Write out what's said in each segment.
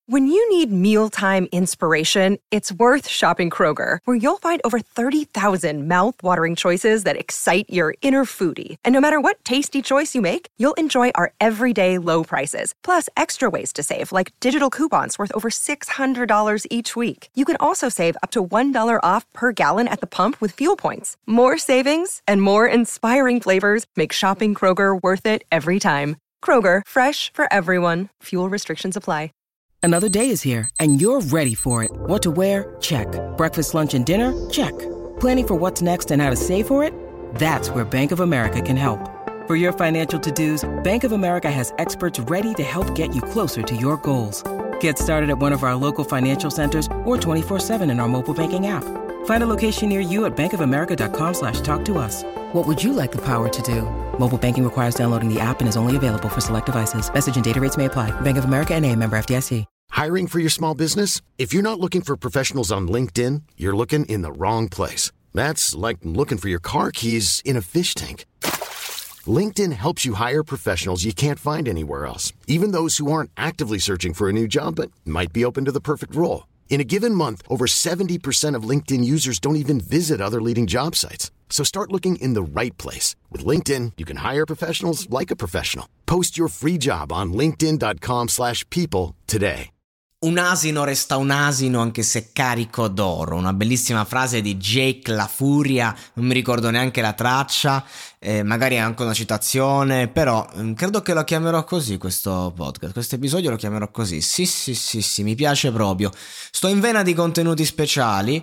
When you need mealtime inspiration, it's worth shopping Kroger, where you'll find over 30,000 mouth-watering choices that excite your inner foodie. And no matter what tasty choice you make, you'll enjoy our everyday low prices, plus extra ways to save, like digital coupons worth over $600 each week. You can also save up to $1 off per gallon at the pump with fuel points. More savings and more inspiring flavors make shopping Kroger worth it every time. Kroger, fresh for everyone. Fuel restrictions apply. Another day is here, and you're ready for it. What to wear? Check. Breakfast, lunch, and dinner? Check. Planning for what's next and how to save for it? That's where Bank of America can help. For your financial to-dos, Bank of America has experts ready to help get you closer to your goals. Get started at one of our local financial centers or 24/7 in our mobile banking app. Find a location near you at bankofamerica.com/talktous. What would you like the power to do? Mobile banking requires downloading the app and is only available for select devices. Message and data rates may apply. Bank of America N.A., member FDIC. Hiring for your small business? If you're not looking for professionals on LinkedIn, you're looking in the wrong place. That's like looking for your car keys in a fish tank. LinkedIn helps you hire professionals you can't find anywhere else, even those who aren't actively searching for a new job but might be open to the perfect role. In a given month, over 70% of LinkedIn users don't even visit other leading job sites. So start looking in the right place. With LinkedIn, you can hire professionals like a professional. Post your free job on linkedin.com/people today. Un asino resta un asino anche se carico d'oro, una bellissima frase di Jake La Furia, non mi ricordo neanche la traccia, magari è anche una citazione, però credo che lo chiamerò così questo podcast, questo episodio lo chiamerò così, sì, mi piace proprio, sto in vena di contenuti speciali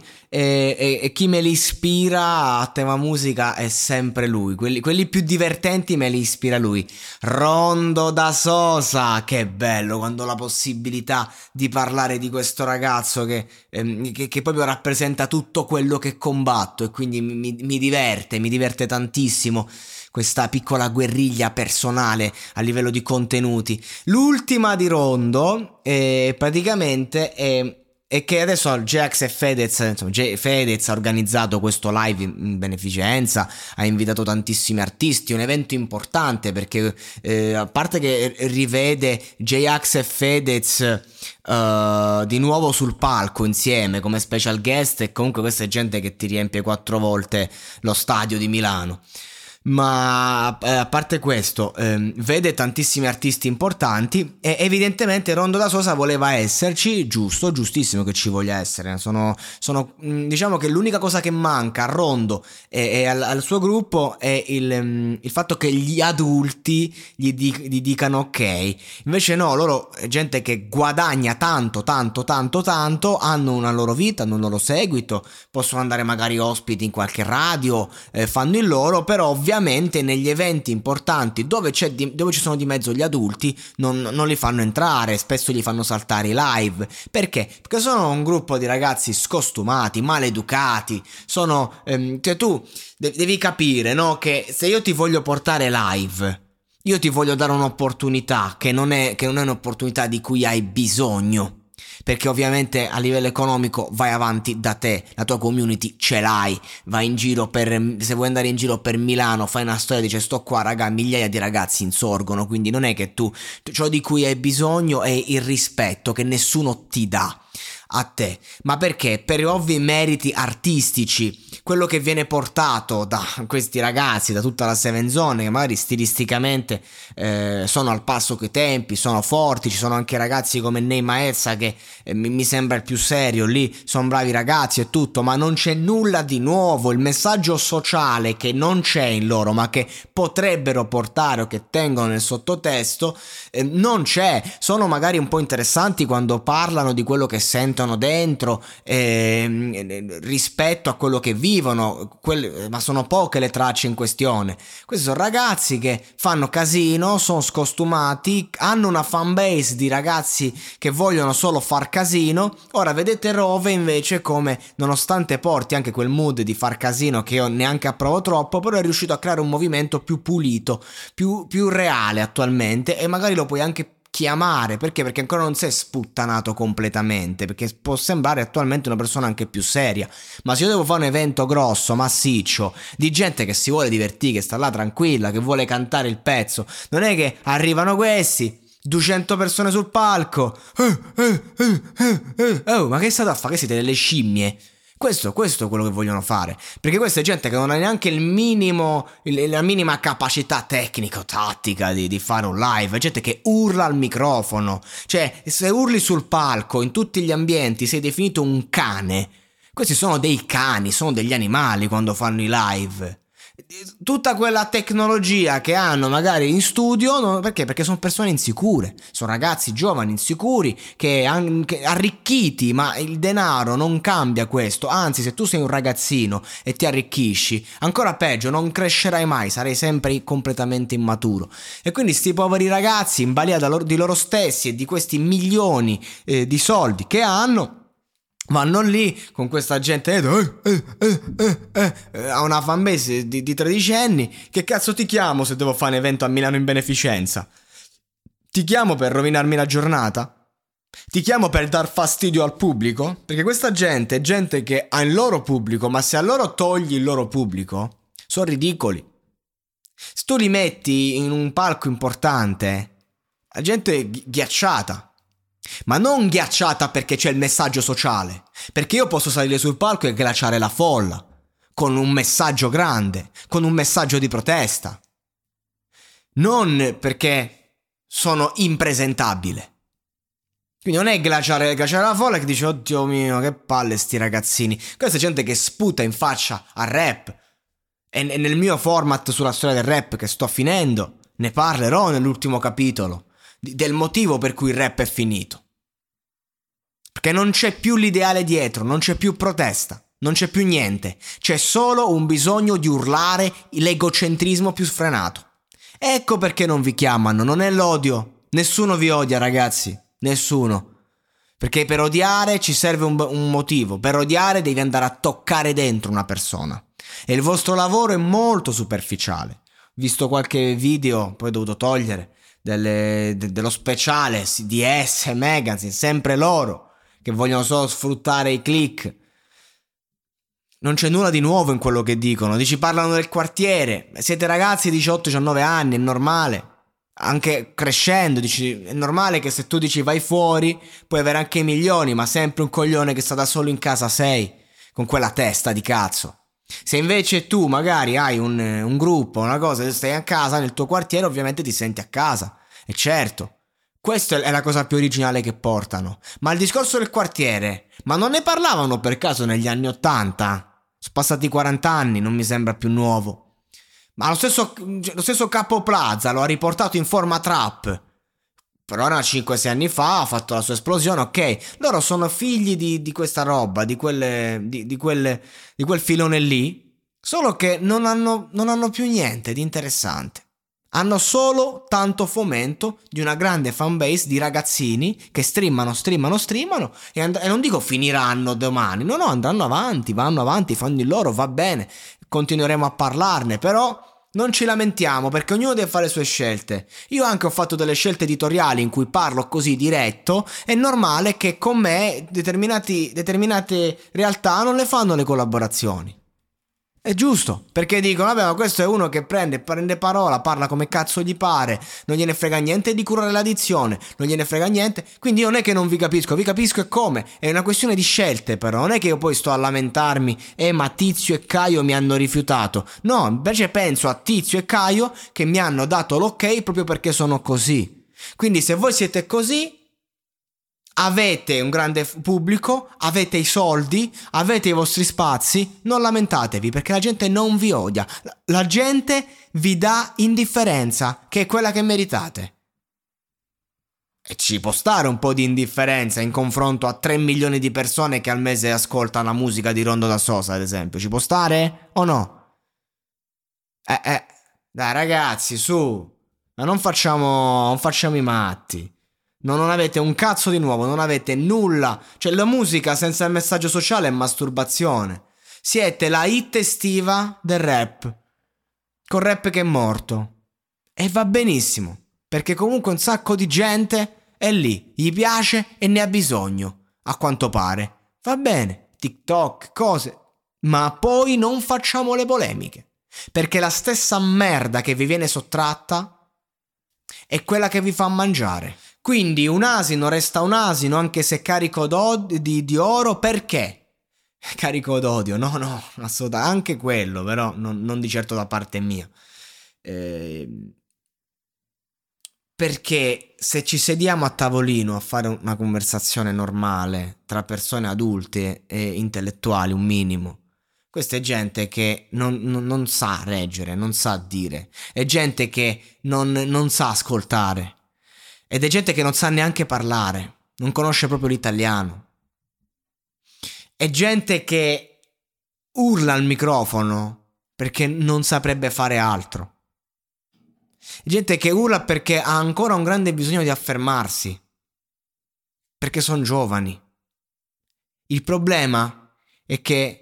e chi me li ispira a tema musica è sempre lui, quelli più divertenti me li ispira lui, Rondo da Sosa, che bello quando ho la possibilità di parlare di questo ragazzo che proprio rappresenta tutto quello che combatto e quindi mi diverte tantissimo questa piccola guerriglia personale a livello di contenuti. L'ultima di Rondo praticamente è che adesso Jax e Fedez, insomma Fedez ha organizzato questo live in beneficenza, ha invitato tantissimi artisti, un evento importante perché a parte che rivede J-Ax e Fedez di nuovo sul palco insieme come special guest, e comunque questa è gente che ti riempie 4 volte lo stadio di Milano. Ma a parte questo vede tantissimi artisti importanti e evidentemente Rondo da Sosa voleva esserci, giustissimo che ci voglia essere, sono diciamo che l'unica cosa che manca a Rondo e al suo gruppo è il fatto che gli adulti gli dicano ok, invece no, loro è gente che guadagna tanto, hanno una loro vita, hanno un loro seguito, possono andare magari ospiti in qualche radio, fanno il loro, però ovviamente negli eventi importanti dove ci sono di mezzo gli adulti non li fanno entrare, spesso gli fanno saltare i live. Perché? Perché sono un gruppo di ragazzi scostumati, maleducati, sono cioè tu devi capire, no, che se io ti voglio portare live, io ti voglio dare un'opportunità che non è un'opportunità di cui hai bisogno, perché ovviamente a livello economico vai avanti da te, la tua community ce l'hai, vai in giro se vuoi andare in giro per Milano, fai una storia, dice sto qua raga, migliaia di ragazzi insorgono, quindi non è che tu ciò di cui hai bisogno è il rispetto che nessuno ti dà a te, ma perché? Per ovvi meriti artistici, quello che viene portato da questi ragazzi, da tutta la Seven Zone, che magari stilisticamente sono al passo coi tempi, sono forti, ci sono anche ragazzi come Ney Maezza che mi sembra il più serio, lì sono bravi ragazzi e tutto, ma non c'è nulla di nuovo, il messaggio sociale che non c'è in loro, ma che potrebbero portare o che tengono nel sottotesto, non c'è, sono magari un po' interessanti quando parlano di quello che sentono dentro rispetto a quello che vivono, ma sono poche le tracce in questione. Questi sono ragazzi che fanno casino, sono scostumati, hanno una fanbase di ragazzi che vogliono solo far casino. Ora vedete Rove invece come, nonostante porti anche quel mood di far casino che io neanche approvo troppo, però è riuscito a creare un movimento più pulito, più reale attualmente, e magari lo puoi anche chiamare, perché ancora non si è sputtanato completamente, perché può sembrare attualmente una persona anche più seria, ma se io devo fare un evento grosso, massiccio, di gente che si vuole divertire, che sta là tranquilla, che vuole cantare il pezzo, non è che arrivano questi, 200 persone sul palco. Oh, ma che state a fare? Che siete delle scimmie? Questo è quello che vogliono fare. Perché questa è gente che non ha neanche la minima capacità tecnico-tattica di fare un live. È gente che urla al microfono. Cioè, se urli sul palco, in tutti gli ambienti, sei definito un cane. Questi sono dei cani, sono degli animali quando fanno i live. Tutta quella tecnologia che hanno magari in studio, perché? Perché sono persone insicure, sono ragazzi giovani insicuri che arricchiti, ma il denaro non cambia questo. Anzi, se tu sei un ragazzino e ti arricchisci, ancora peggio, non crescerai mai, sarai sempre completamente immaturo. E quindi sti poveri ragazzi in balia di loro stessi e di questi milioni di soldi che hanno, vanno lì con questa gente a una fanbase di tredicenni. Che cazzo ti chiamo se devo fare un evento a Milano in beneficenza? Ti chiamo per rovinarmi la giornata? Ti chiamo per dar fastidio al pubblico? Perché questa gente è gente che ha il loro pubblico, ma se a loro togli il loro pubblico sono ridicoli. Se tu li metti in un palco importante, la gente è ghiacciata. Ma non ghiacciata perché c'è il messaggio sociale, perché io posso salire sul palco e glaciare la folla con un messaggio grande, con un messaggio di protesta, non perché sono impresentabile. Quindi non è glaciare la folla che dice oddio mio che palle sti ragazzini. Questa è gente che sputa in faccia al rap. E nel mio format sulla storia del rap che sto finendo ne parlerò nell'ultimo capitolo del motivo per cui il rap è finito. Perché non c'è più l'ideale dietro, non c'è più protesta, non c'è più niente. C'è solo un bisogno di urlare l'egocentrismo più sfrenato. Ecco perché non vi chiamano, non è l'odio. Nessuno vi odia, ragazzi, nessuno. Perché per odiare ci serve un motivo. Per odiare devi andare a toccare dentro una persona. E il vostro lavoro è molto superficiale. Ho visto qualche video, poi ho dovuto togliere, dello speciale di Magazine, sempre loro che vogliono solo sfruttare i click. Non c'è nulla di nuovo in quello che dicono. Dici parlano del quartiere, siete ragazzi di 18-19 anni, è normale. Anche crescendo dici è normale che se tu dici vai fuori puoi avere anche i milioni, ma sempre un coglione che sta da solo in casa sei, con quella testa di cazzo. Se invece tu magari hai un gruppo, una cosa, stai a casa nel tuo quartiere, ovviamente ti senti a casa. E certo, questa è la cosa più originale che portano. Ma il discorso del quartiere, ma non ne parlavano per caso negli anni 80? Sono passati 40 anni, non mi sembra più nuovo. Ma lo stesso Capo Plaza lo ha riportato in forma trap. Però era 5-6 anni fa, ha fatto la sua esplosione, ok. Loro sono figli di questa roba, di quel filone lì. Solo che non hanno più niente di interessante. Hanno solo tanto fomento di una grande fanbase di ragazzini che streamano e non dico finiranno domani, no, andranno avanti, vanno avanti, fanno il loro, va bene, continueremo a parlarne, però non ci lamentiamo perché ognuno deve fare le sue scelte. Io anche ho fatto delle scelte editoriali in cui parlo così diretto, è normale che con me determinate realtà non le fanno le collaborazioni. È giusto, perché dicono vabbè ma questo è uno che prende parola, parla come cazzo gli pare, non gliene frega niente di curare l'addizione, non gliene frega niente, quindi io non è che non vi capisco e come, è una questione di scelte però, non è che io poi sto a lamentarmi ma Tizio e Caio mi hanno rifiutato, no, invece penso a Tizio e Caio che mi hanno dato l'ok proprio perché sono così, quindi se voi siete così, avete un grande pubblico, avete i soldi, avete i vostri spazi, non lamentatevi perché la gente non vi odia, la gente vi dà indifferenza che è quella che meritate. E ci può stare un po' di indifferenza in confronto a 3 milioni di persone che al mese ascoltano la musica di Rondo da Sosa ad esempio, ci può stare o no? Dai ragazzi su, ma non facciamo i matti. Non avete un cazzo di nuovo, non avete nulla. Cioè la musica senza il messaggio sociale è masturbazione. Siete la hit estiva del rap. Col rap che è morto. E va benissimo, perché comunque un sacco di gente è lì, gli piace e ne ha bisogno, a quanto pare. Va bene, TikTok, cose. Ma poi non facciamo le polemiche. Perché la stessa merda che vi viene sottratta è quella che vi fa mangiare. Quindi un asino resta un asino anche se carico di oro. Perché? Carico d'odio? No, assolutamente, anche quello, però non di certo da parte mia. Perché se ci sediamo a tavolino a fare una conversazione normale tra persone adulte e intellettuali, un minimo, questa è gente che non sa reggere, non sa dire, è gente che non sa ascoltare, ed è gente che non sa neanche parlare, non conosce proprio l'italiano, è gente che urla al microfono perché non saprebbe fare altro. Gente che urla perché ha ancora un grande bisogno di affermarsi, perché sono giovani. Il problema è che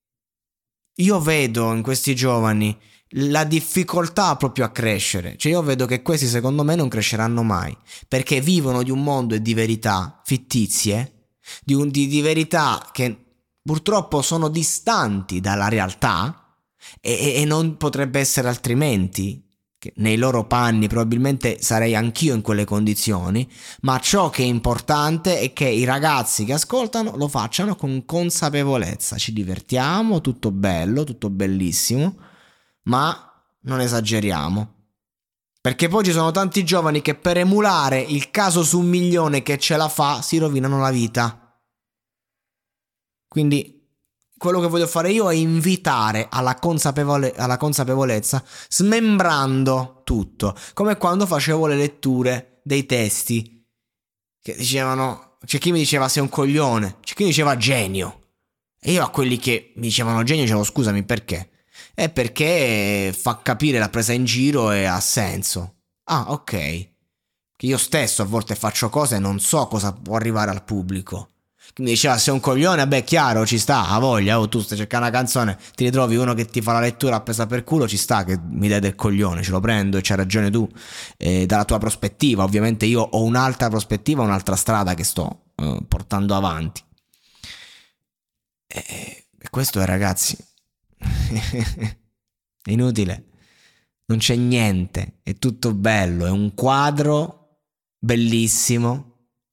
io vedo in questi giovani la difficoltà proprio a crescere. Cioè io vedo che questi secondo me non cresceranno mai, perché vivono di un mondo e di verità fittizie, di verità che purtroppo sono distanti dalla realtà, e non potrebbe essere altrimenti. Che nei loro panni probabilmente sarei anch'io in quelle condizioni, ma ciò che è importante è che i ragazzi che ascoltano lo facciano con consapevolezza. Ci divertiamo, tutto bello, tutto bellissimo, ma non esageriamo, perché poi ci sono tanti giovani che per emulare il caso su 1.000.000 che ce la fa si rovinano la vita. Quindi quello che voglio fare io è invitare alla consapevolezza, smembrando tutto, come quando facevo le letture dei testi che dicevano, c'è chi mi diceva sei un coglione, c'è chi mi diceva genio, e io a quelli che mi dicevano genio dicevo scusami perché? È perché fa capire la presa in giro e ha senso. Ah, ok, che io stesso a volte faccio cose e non so cosa può arrivare al pubblico. Mi diceva sei un coglione, beh chiaro, ci sta, ha voglia, tu stai cercando una canzone, ti ritrovi uno che ti fa la lettura a presa per culo, ci sta che mi dai del coglione, ce lo prendo e c'hai ragione tu, dalla tua prospettiva. Ovviamente io ho un'altra prospettiva, un'altra strada che sto portando avanti, e questo è, ragazzi, è inutile, non c'è niente, è tutto bello, è un quadro bellissimo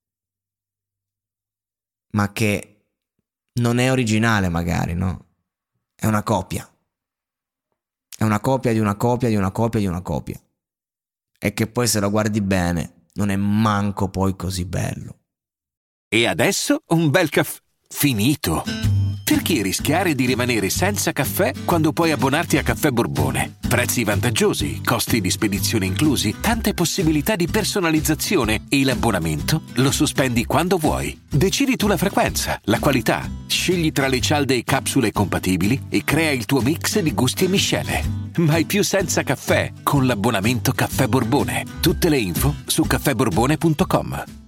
ma che non è originale, magari, no? È una copia. È una copia di una copia di una copia di una copia. E che poi se lo guardi bene non è manco poi così bello. E adesso un bel caffè finito. Perché rischiare di rimanere senza caffè quando puoi abbonarti a Caffè Borbone? Prezzi vantaggiosi, costi di spedizione inclusi, tante possibilità di personalizzazione e l'abbonamento lo sospendi quando vuoi. Decidi tu la frequenza, la qualità, scegli tra le cialde e capsule compatibili e crea il tuo mix di gusti e miscele. Mai più senza caffè con l'abbonamento Caffè Borbone. Tutte le info su caffèborbone.com.